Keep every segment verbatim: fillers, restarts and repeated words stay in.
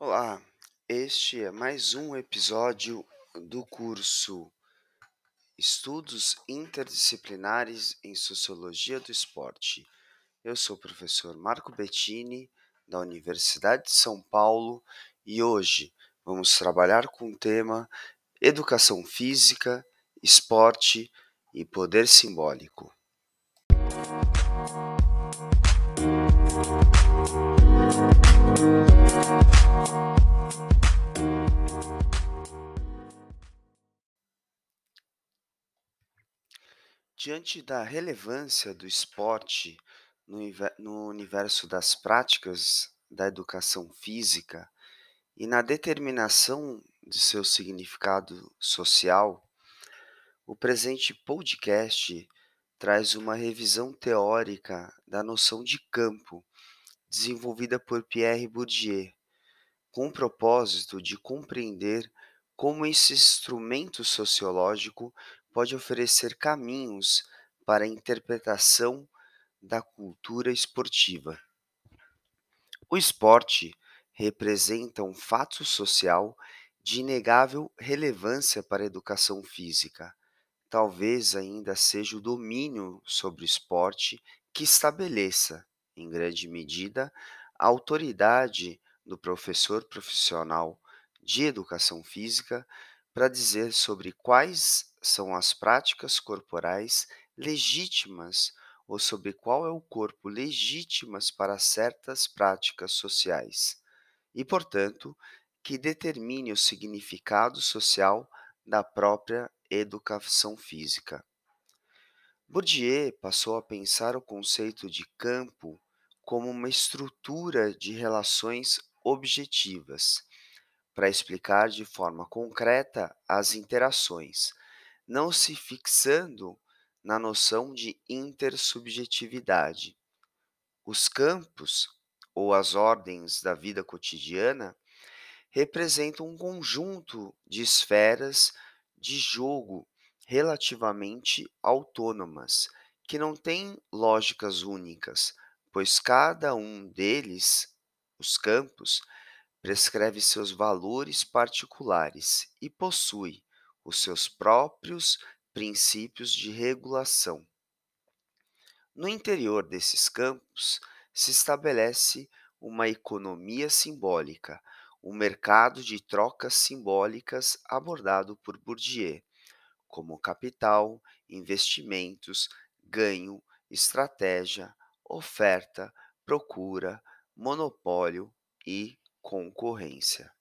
Olá, este é mais um episódio do curso Estudos Interdisciplinares em Sociologia do Esporte. Eu sou o professor Marco Bettini, da Universidade de São Paulo, e hoje vamos trabalhar com o tema Educação Física, Esporte e Poder Simbólico. Diante da relevância do esporte no inve- no universo das práticas da educação física e na determinação de seu significado social, o presente podcast traz uma revisão teórica da noção de campo, desenvolvida por Pierre Bourdieu, com o propósito de compreender como esse instrumento sociológico pode oferecer caminhos para a interpretação da cultura esportiva. O esporte representa um fato social de inegável relevância para a educação física. Talvez ainda seja o domínio sobre o esporte que estabeleça, em grande medida, a autoridade do professor profissional de educação física para dizer sobre quais são as práticas corporais legítimas ou sobre qual é o corpo legítimas para certas práticas sociais e, portanto, que determine o significado social da própria educação física. Bourdieu passou a pensar o conceito de campo como uma estrutura de relações objetivas, para explicar de forma concreta as interações, não se fixando na noção de intersubjetividade. Os campos, ou as ordens da vida cotidiana, representam um conjunto de esferas de jogo relativamente autônomas, que não têm lógicas únicas, pois cada um deles, os campos, prescreve seus valores particulares e possui os seus próprios princípios de regulação. No interior desses campos se estabelece uma economia simbólica, um mercado de trocas simbólicas abordado por Bourdieu, como capital, investimentos, ganho, estratégia, oferta, procura, monopólio e concorrência.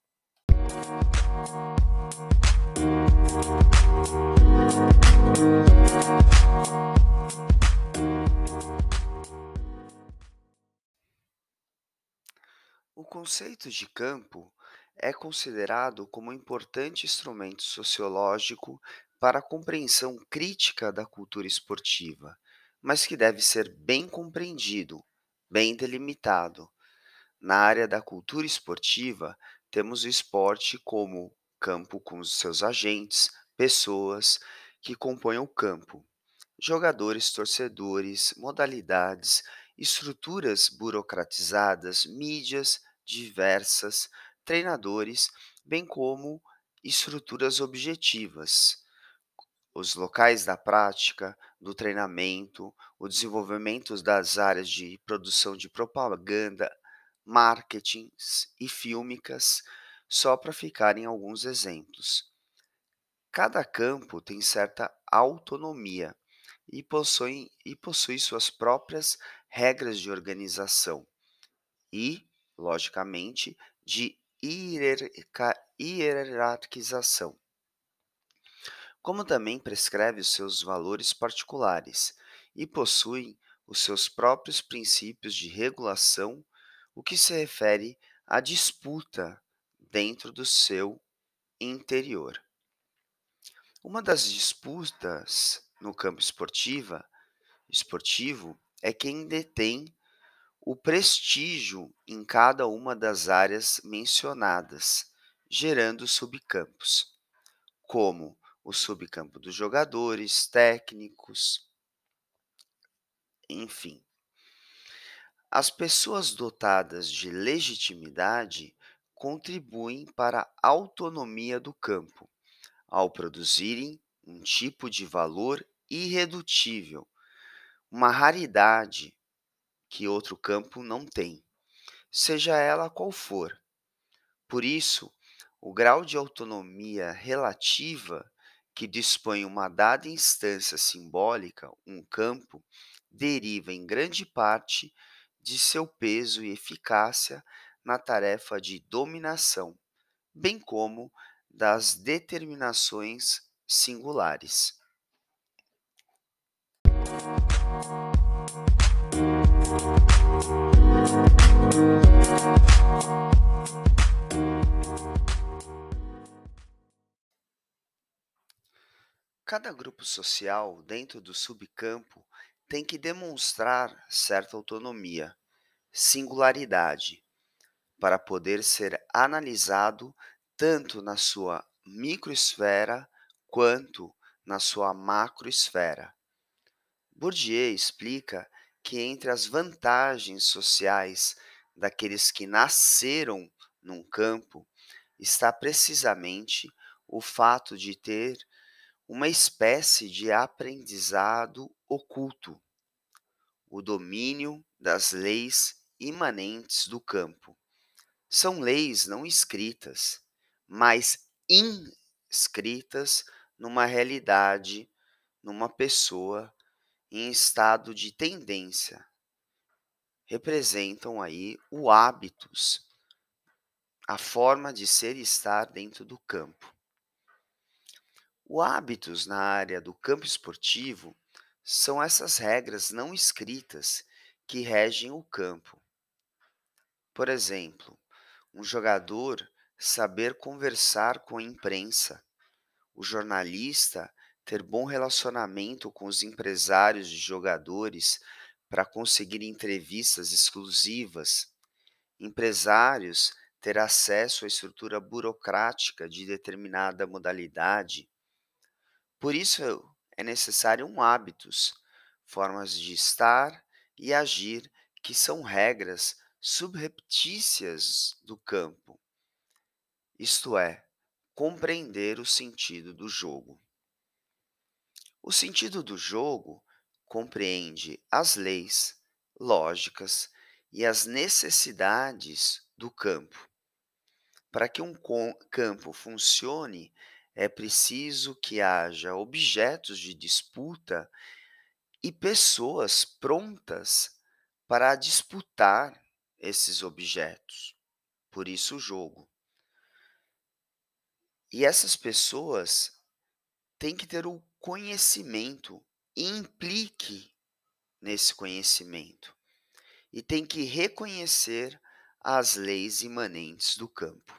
O conceito de campo é considerado como um importante instrumento sociológico para a compreensão crítica da cultura esportiva, mas que deve ser bem compreendido, bem delimitado. Na área da cultura esportiva, temos o esporte como campo com os seus agentes, pessoas que compõem o campo, jogadores, torcedores, modalidades, estruturas burocratizadas, mídias diversas, treinadores, bem como estruturas objetivas, os locais da prática, do treinamento, o desenvolvimento das áreas de produção de propaganda, marketing e fílmicas, só para ficarem alguns exemplos. Cada campo tem certa autonomia e possui, e possui suas próprias regras de organização e, logicamente, de hierarca- hierarquização, como também prescreve os seus valores particulares e possui os seus próprios princípios de regulação, o que se refere à disputa dentro do seu interior. Uma das disputas no campo esportiva, esportivo é quem detém o prestígio em cada uma das áreas mencionadas, gerando subcampos, como o subcampo dos jogadores, técnicos, enfim. As pessoas dotadas de legitimidade contribuem para a autonomia do campo, ao produzirem um tipo de valor irredutível, uma raridade que outro campo não tem, seja ela qual for. Por isso, o grau de autonomia relativa que dispõe uma dada instância simbólica, um campo, deriva em grande parte de seu peso e eficácia na tarefa de dominação, bem como das determinações singulares. Cada grupo social dentro do subcampo tem que demonstrar certa autonomia, singularidade, para poder ser analisado tanto na sua microesfera quanto na sua macroesfera. Bourdieu explica que entre as vantagens sociais daqueles que nasceram num campo está precisamente o fato de ter uma espécie de aprendizado oculto, o domínio das leis imanentes do campo. São leis não escritas, mas inscritas numa realidade, numa pessoa em estado de tendência. Representam aí o hábitos, a forma de ser e estar dentro do campo. O hábitos na área do campo esportivo são essas regras não escritas que regem o campo. Por exemplo, um jogador saber conversar com a imprensa, o jornalista ter bom relacionamento com os empresários de jogadores para conseguir entrevistas exclusivas, empresários ter acesso à estrutura burocrática de determinada modalidade. Por isso é necessário um hábitos, formas de estar e agir que são regras subreptícias do campo, isto é, compreender o sentido do jogo. O sentido do jogo compreende as leis, lógicas e as necessidades do campo. Para que um com- campo funcione, é preciso que haja objetos de disputa e pessoas prontas para disputar esses objetos. Por isso, o jogo. E essas pessoas têm que ter o conhecimento e implique nesse conhecimento. E tem que reconhecer as leis imanentes do campo.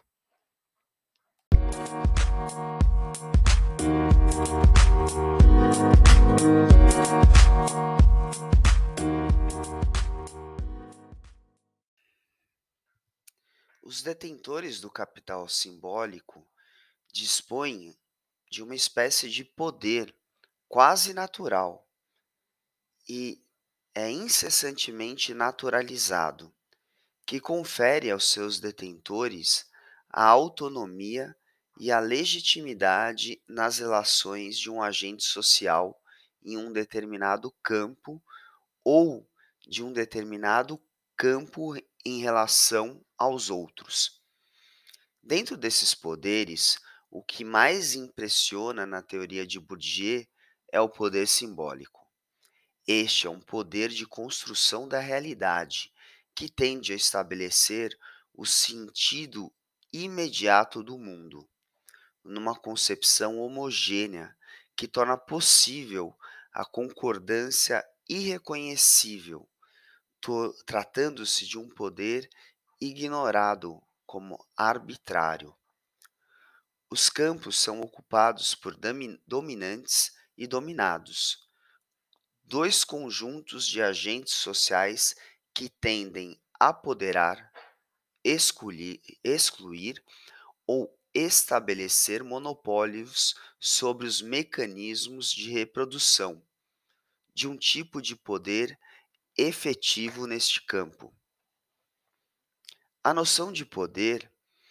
Os detentores do capital simbólico dispõem de uma espécie de poder quase natural e é incessantemente naturalizado, que confere aos seus detentores a autonomia e a legitimidade nas relações de um agente social em um determinado campo ou de um determinado campo em relação aos outros. Dentro desses poderes, o que mais impressiona na teoria de Bourdieu é o poder simbólico. Este é um poder de construção da realidade, que tende a estabelecer o sentido imediato do mundo, numa concepção homogênea que torna possível a concordância irreconhecível, to- tratando-se de um poder ignorado como arbitrário. Os campos são ocupados por dami- dominantes e dominados, dois conjuntos de agentes sociais que tendem a apoderar, excluir, excluir ou estabelecer monopólios sobre os mecanismos de reprodução de um tipo de poder efetivo neste campo. A noção de poder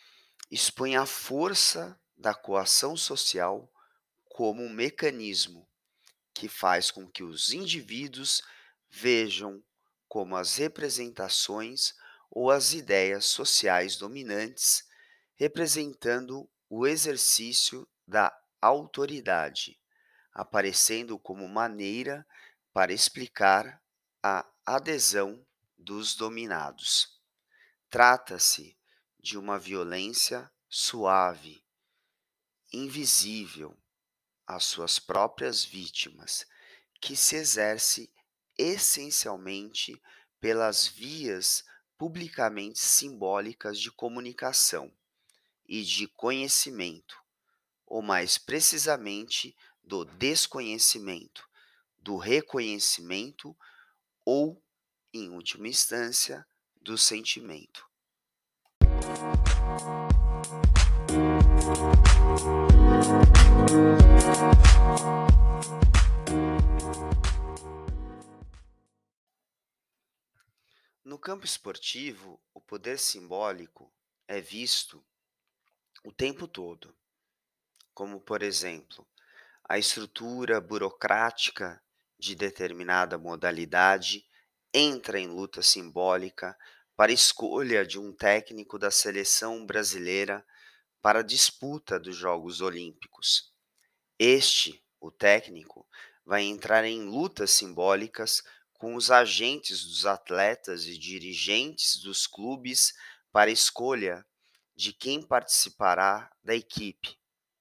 expõe a força da coação social como um mecanismo que faz com que os indivíduos vejam como as representações ou as ideias sociais dominantes, representando o exercício da autoridade, aparecendo como maneira para explicar a adesão dos dominados. Trata-se de uma violência suave, invisível às suas próprias vítimas, que se exerce essencialmente pelas vias publicamente simbólicas de comunicação e de conhecimento, ou mais precisamente do desconhecimento, do reconhecimento ou, em última instância, do sentimento. No campo esportivo, o poder simbólico é visto o tempo todo, como, por exemplo, a estrutura burocrática de determinada modalidade entra em luta simbólica para a escolha de um técnico da seleção brasileira para a disputa dos Jogos Olímpicos. Este, o técnico, vai entrar em lutas simbólicas com os agentes dos atletas e dirigentes dos clubes para a escolha de quem participará da equipe.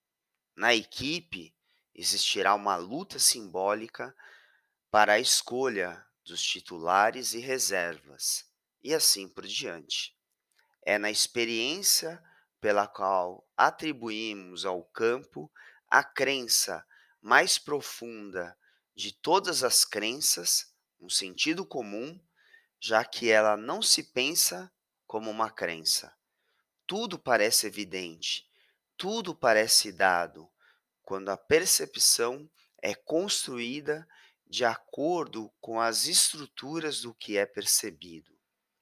Na equipe, existirá uma luta simbólica para a escolha dos titulares e reservas, e assim por diante. É na experiência pela qual atribuímos ao campo a crença mais profunda de todas as crenças, um sentido comum, já que ela não se pensa como uma crença. Tudo parece evidente, tudo parece dado, quando a percepção é construída de acordo com as estruturas do que é percebido.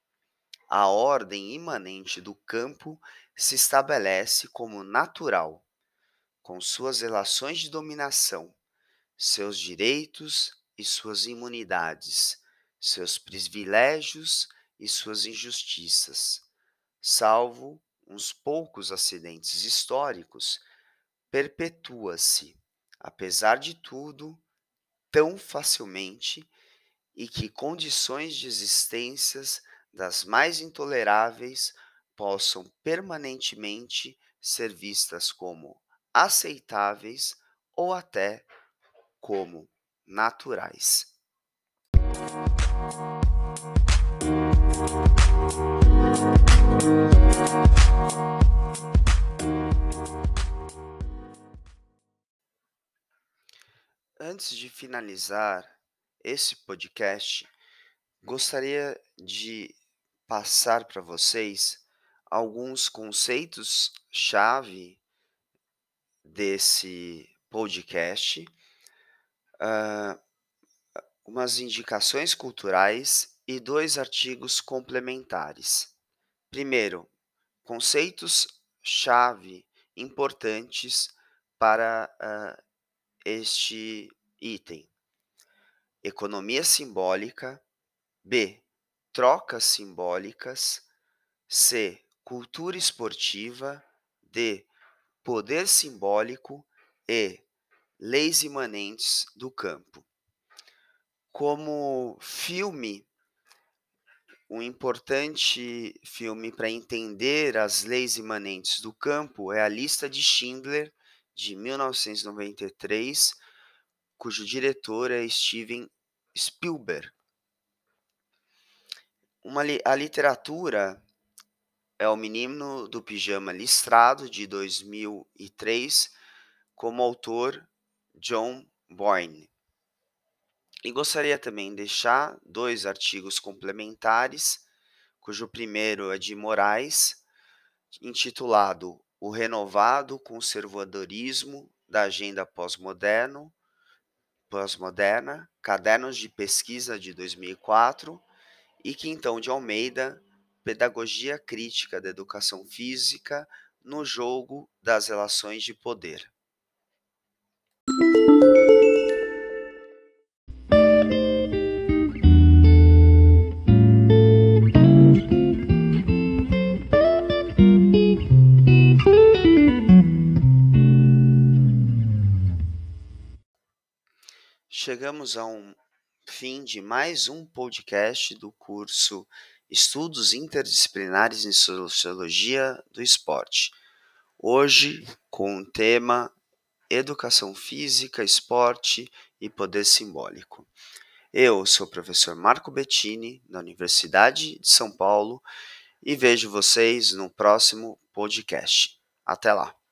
A ordem imanente do campo se estabelece como natural, com suas relações de dominação, seus direitos e suas imunidades, seus privilégios e suas injustiças. Salvo uns poucos acidentes históricos, perpetua-se, apesar de tudo, tão facilmente e que condições de existências das mais intoleráveis possam permanentemente ser vistas como aceitáveis ou até como naturais. Antes de finalizar esse podcast, gostaria de passar para vocês alguns conceitos-chave desse podcast, ah, umas indicações culturais e dois artigos complementares. Primeiro, conceitos-chave importantes para ah, este item: economia simbólica, B, trocas simbólicas, C, cultura esportiva, D, poder simbólico e leis imanentes do campo. Como filme, um importante filme para entender as leis imanentes do campo é A Lista de Schindler, de mil novecentos e noventa e três, cujo diretor é Steven Spielberg. Uma li- a literatura é O Menino do Pijama Listrado, de dois mil e três, como autor John Boyne. E gostaria também de deixar dois artigos complementares, cujo primeiro é de Moraes, intitulado O Renovado Conservadorismo da Agenda Pós-Moderno, Pós-Moderna, Cadernos de Pesquisa de dois mil e quatro, e Quintão de Almeida, Pedagogia Crítica da Educação Física no jogo das relações de poder. Chegamos a um fim de mais um podcast do curso Estudos Interdisciplinares em Sociologia do Esporte. Hoje, com o tema Educação Física, Esporte e Poder Simbólico. Eu sou o professor Marco Bettini, da Universidade de São Paulo, e vejo vocês no próximo podcast. Até lá!